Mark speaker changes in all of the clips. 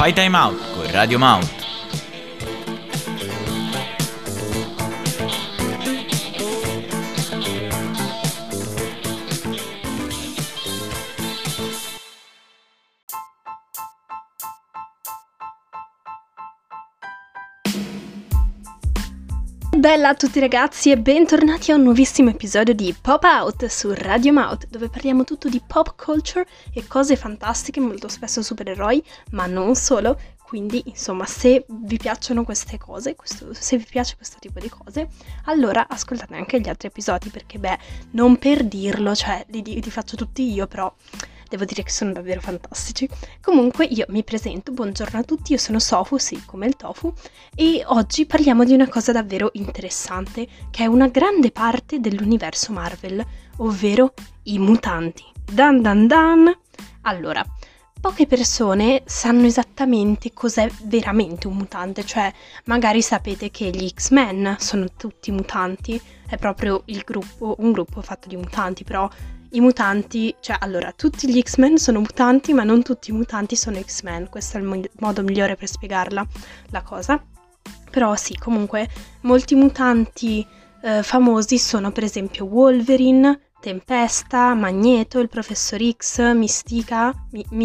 Speaker 1: Fai Time Out con Radio Mount.
Speaker 2: Bella a tutti ragazzi e bentornati a un nuovissimo episodio di Pop Out su Radio Mouth, dove parliamo tutto di pop culture e cose fantastiche, molto spesso supereroi, ma non solo. Quindi, insomma, se vi piacciono queste cose, se vi piace questo tipo di cose, allora ascoltate anche gli altri episodi, perché non per dirlo, cioè li faccio tutti io, però devo dire che sono davvero fantastici. Comunque io mi presento, buongiorno a tutti, io sono Sofu, sì, come il tofu, e oggi parliamo di una cosa davvero interessante, che è una grande parte dell'universo Marvel, ovvero i mutanti. Dan dan dan! Allora, poche persone sanno esattamente cos'è veramente un mutante, cioè magari sapete che gli X-Men sono tutti mutanti, è proprio un gruppo fatto di mutanti, però i mutanti, cioè allora tutti gli X-Men sono mutanti, ma non tutti i mutanti sono X-Men, questo è il modo migliore per spiegarla la cosa. Però sì, comunque molti mutanti famosi sono per esempio Wolverine, Tempesta, Magneto, il Professor X, Mistica,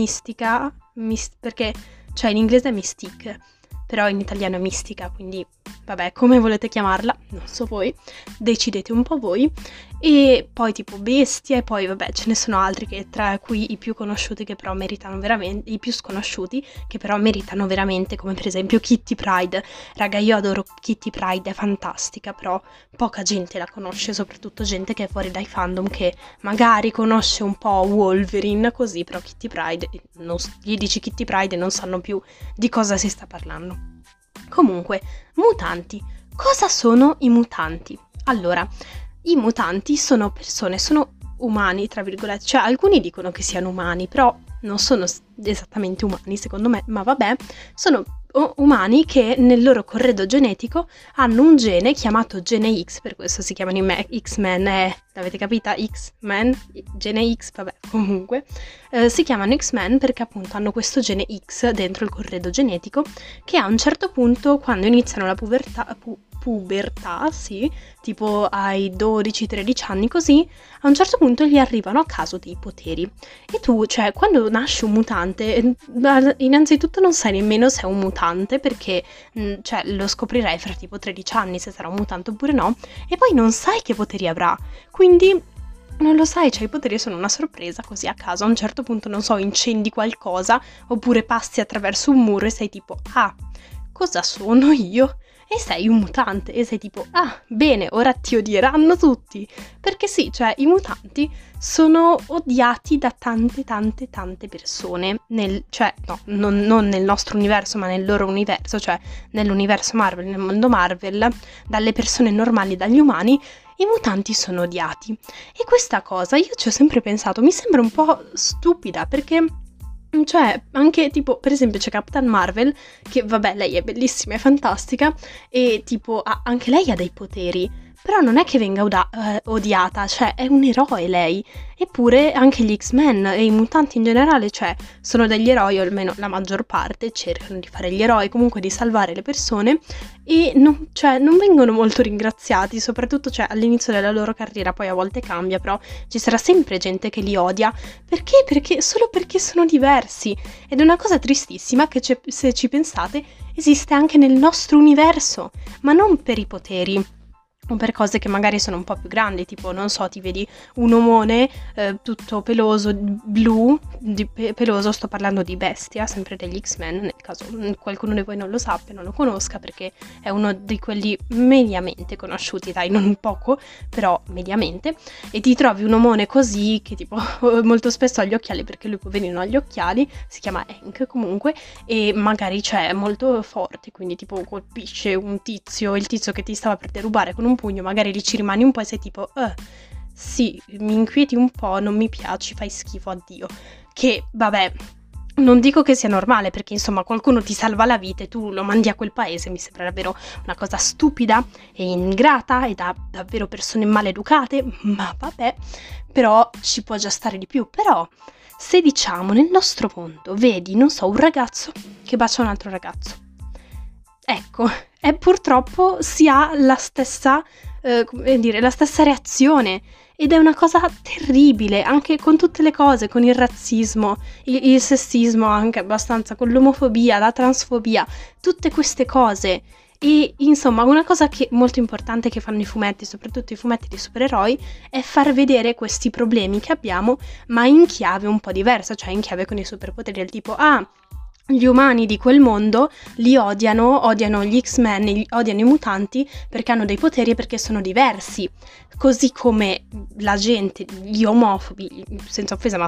Speaker 2: perché cioè in inglese è Mystique, però in italiano è Mistica, quindi vabbè, come volete chiamarla, non so voi, decidete un po' voi. E poi tipo Bestia, e poi vabbè ce ne sono altri, che tra cui i più conosciuti che però meritano veramente, i più sconosciuti che però meritano veramente, come per esempio Kitty Pryde. Raga, io adoro Kitty Pryde, è fantastica, però poca gente la conosce, soprattutto gente che è fuori dai fandom, che magari conosce un po' Wolverine così, però Kitty Pryde, gli dici Kitty Pryde e non sanno più di cosa si sta parlando. Comunque, mutanti. Cosa sono i mutanti? Allora, i mutanti sono persone, sono umani, tra virgolette, cioè alcuni dicono che siano umani, però non sono esattamente umani secondo me, ma vabbè, sono umani che nel loro corredo genetico hanno un gene chiamato gene X, per questo si chiamano X-Men, l'avete capita? X-Men, gene X, vabbè, comunque, si chiamano X-Men perché appunto hanno questo gene X dentro il corredo genetico, che a un certo punto, quando iniziano la pubertà, sì, tipo ai 12-13 anni così, a un certo punto gli arrivano a caso dei poteri. E tu, cioè, quando nasce un mutante, innanzitutto non sai nemmeno se è un mutante, perché cioè, lo scoprirai fra tipo 13 anni se sarà un mutante oppure no, e poi non sai che poteri avrà, quindi non lo sai, cioè i poteri sono una sorpresa così a caso. A un certo punto, non so, incendi qualcosa, oppure passi attraverso un muro e sei tipo, ah, cosa sono io? E sei un mutante e sei tipo, ah, bene, ora ti odieranno tutti. Perché sì, cioè i mutanti sono odiati da tante persone, non nel nostro universo, ma nel loro universo, cioè nell'universo Marvel, nel mondo Marvel, dalle persone normali, dagli umani, i mutanti sono odiati. E questa cosa io ci ho sempre pensato, mi sembra un po' stupida, perché cioè, anche tipo, per esempio c'è Captain Marvel, che vabbè, lei è bellissima, è fantastica, e tipo, anche lei ha dei poteri, però non è che venga odiata, cioè è un eroe lei. Eppure anche gli X-Men e i mutanti in generale, cioè, sono degli eroi, o almeno la maggior parte cercano di fare gli eroi, comunque di salvare le persone, e non vengono molto ringraziati, soprattutto cioè, all'inizio della loro carriera, poi a volte cambia, però ci sarà sempre gente che li odia. Perché? Solo perché sono diversi. Ed è una cosa tristissima che se ci pensate esiste anche nel nostro universo, ma non per i poteri, o per cose che magari sono un po' più grandi, tipo, non so, ti vedi un omone tutto peloso, blu, peloso, sto parlando di Bestia, sempre degli X-Men, nel caso qualcuno di voi non lo sappia, non lo conosca, perché è uno di quelli mediamente conosciuti, dai, non poco, però mediamente, e ti trovi un omone così, che tipo molto spesso ha gli occhiali, perché lui poverino ha gli occhiali, si chiama Hank comunque, e magari è molto forte, quindi tipo colpisce un tizio, il tizio che ti stava per derubare con un pugno, magari lì ci rimani un po' e sei tipo, sì, mi inquieti un po', non mi piaci, fai schifo, addio. Che, vabbè, non dico che sia normale, perché insomma qualcuno ti salva la vita e tu lo mandi a quel paese, mi sembra davvero una cosa stupida e ingrata e da davvero persone maleducate, ma vabbè, però ci può già stare di più. Però se diciamo nel nostro mondo vedi, non so, un ragazzo che bacia un altro ragazzo, ecco, e purtroppo si ha la stessa, la stessa reazione, ed è una cosa terribile, anche con tutte le cose, con il razzismo, il sessismo anche abbastanza, con l'omofobia, la transfobia, tutte queste cose. E insomma, una cosa che molto importante che fanno i fumetti, soprattutto i fumetti di supereroi, è far vedere questi problemi che abbiamo, ma in chiave un po' diversa, cioè in chiave con i superpoteri, del tipo, gli umani di quel mondo li odiano gli X-Men, odiano i mutanti perché hanno dei poteri e perché sono diversi. Così come la gente, gli omofobi, senza offesa,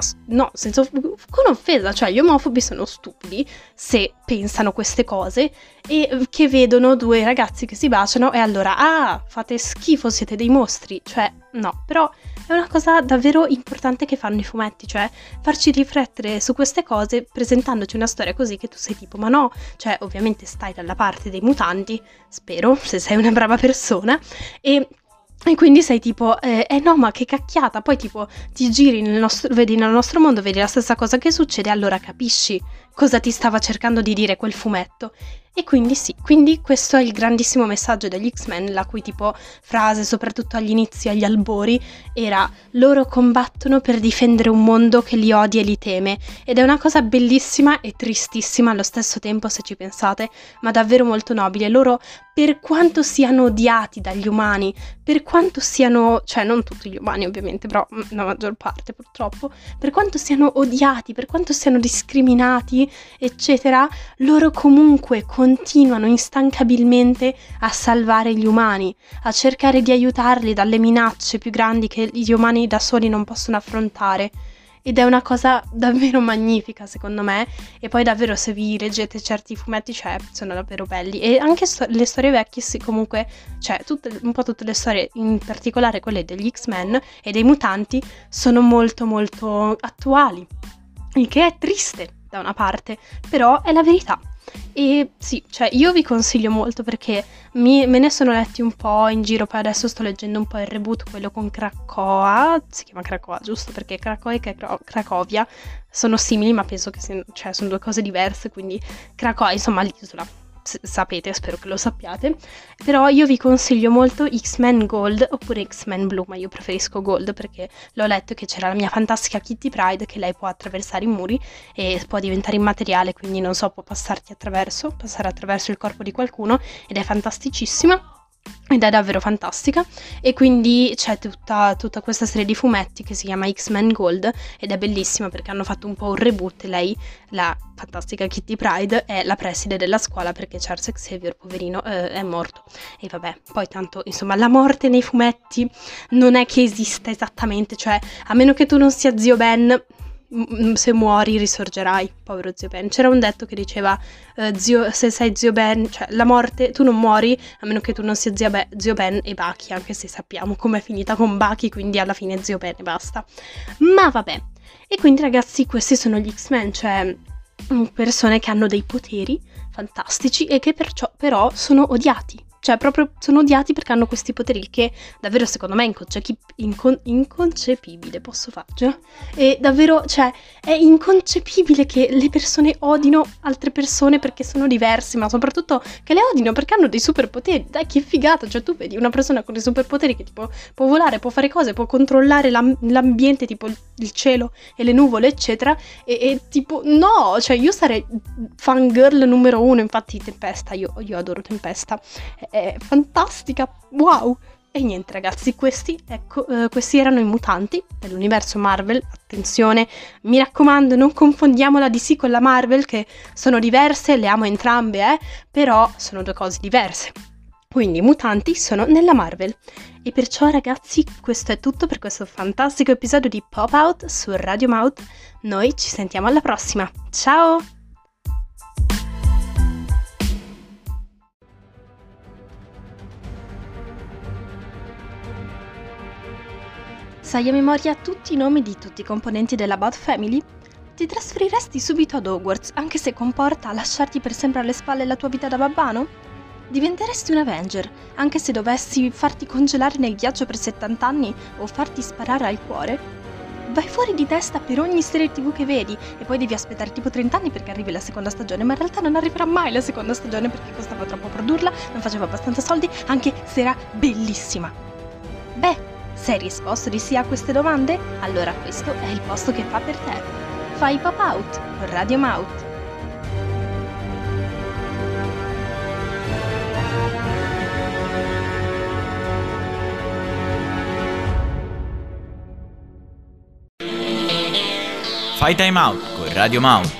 Speaker 2: con offesa, cioè gli omofobi sono stupidi se pensano queste cose e che vedono due ragazzi che si baciano e allora, fate schifo, siete dei mostri, cioè no, però è una cosa davvero importante che fanno i fumetti, cioè farci riflettere su queste cose presentandoci una storia così che tu sei tipo, ma no, cioè ovviamente stai dalla parte dei mutanti, spero, se sei una brava persona, e quindi sei tipo, no, ma che cacchiata, poi tipo ti giri vedi nel nostro mondo, vedi la stessa cosa che succede, allora capisci cosa ti stava cercando di dire quel fumetto. E quindi sì, quindi questo è il grandissimo messaggio degli X-Men, la cui tipo frase, soprattutto agli inizi, agli albori, era: loro combattono per difendere un mondo che li odia e li teme. Ed è una cosa bellissima e tristissima allo stesso tempo, se ci pensate, ma davvero molto nobile. Loro, per quanto siano odiati dagli umani, per quanto siano, cioè non tutti gli umani ovviamente, però la maggior parte purtroppo, per quanto siano odiati, per quanto siano discriminati, eccetera, loro comunque continuano instancabilmente a salvare gli umani, a cercare di aiutarli dalle minacce più grandi che gli umani da soli non possono affrontare. Ed è una cosa davvero magnifica, secondo me, e poi davvero se vi leggete certi fumetti, cioè, sono davvero belli. E anche le storie vecchie, sì, comunque, cioè, un po' tutte le storie, in particolare quelle degli X-Men e dei mutanti, sono molto molto attuali, il che è triste da una parte, però è la verità. E sì, cioè io vi consiglio molto perché me ne sono letti un po' in giro, poi adesso sto leggendo un po' il reboot, quello con Krakoa, si chiama Krakoa giusto, perché Krakoa e Cracovia sono simili ma penso che sono due cose diverse, quindi Krakoa, insomma l'isola, sapete, spero che lo sappiate, però io vi consiglio molto X-Men Gold oppure X-Men Blue, ma io preferisco Gold perché l'ho letto che c'era la mia fantastica Kitty Pryde che lei può attraversare i muri e può diventare immateriale, quindi non so, può passare attraverso il corpo di qualcuno ed è fantasticissima. Ed è davvero fantastica, e quindi c'è tutta questa serie di fumetti che si chiama X-Men Gold ed è bellissima perché hanno fatto un po' un reboot. Lei, la fantastica Kitty Pryde, è la preside della scuola perché Charles Xavier, poverino, è morto. E vabbè, poi tanto, insomma, la morte nei fumetti non è che esista esattamente, cioè a meno che tu non sia Zio Ben, se muori risorgerai, povero Zio Ben. C'era un detto che diceva se sei Zio Ben, cioè la morte, tu non muori a meno che tu non sia Zio Ben e Bucky, anche se sappiamo com'è finita con Bucky, quindi alla fine Zio Ben e basta. Ma vabbè, e quindi ragazzi questi sono gli X-Men, cioè persone che hanno dei poteri fantastici e che perciò però sono odiati. Cioè proprio sono odiati perché hanno questi poteri, il che davvero secondo me è inconcepibile, posso farcela? E davvero, cioè, è inconcepibile che le persone odino altre persone perché sono diverse, ma soprattutto che le odino perché hanno dei superpoteri. Dai, che figata, cioè tu vedi una persona con dei superpoteri che tipo può volare, può fare cose, può controllare l'ambiente, tipo il cielo e le nuvole, eccetera, e tipo, no, cioè io sarei fangirl numero uno, infatti Tempesta, io adoro Tempesta, è fantastica, wow! E niente ragazzi, questi erano i mutanti dell'universo Marvel. Attenzione, mi raccomando, non confondiamo la DC con la Marvel, che sono diverse, le amo entrambe, però sono due cose diverse. Quindi i mutanti sono nella Marvel. E perciò ragazzi, questo è tutto per questo fantastico episodio di Pop Out su Radio Mouth. Noi ci sentiamo alla prossima, ciao! Sai a memoria tutti i nomi di tutti i componenti della Bat Family? Ti trasferiresti subito ad Hogwarts, anche se comporta lasciarti per sempre alle spalle la tua vita da babbano? Diventeresti un Avenger, anche se dovessi farti congelare nel ghiaccio per 70 anni o farti sparare al cuore? vai fuori di testa per ogni serie TV che vedi e poi devi aspettare tipo 30 anni perché arrivi la seconda stagione, ma in realtà non arriverà mai la seconda stagione perché costava troppo produrla, non faceva abbastanza soldi, anche se era bellissima. Beh, sei risposto di sì a queste domande? Allora questo è il posto che fa per te. Fai Pop Out con Radio Mouth.
Speaker 1: Fai time out con Radio Mouth.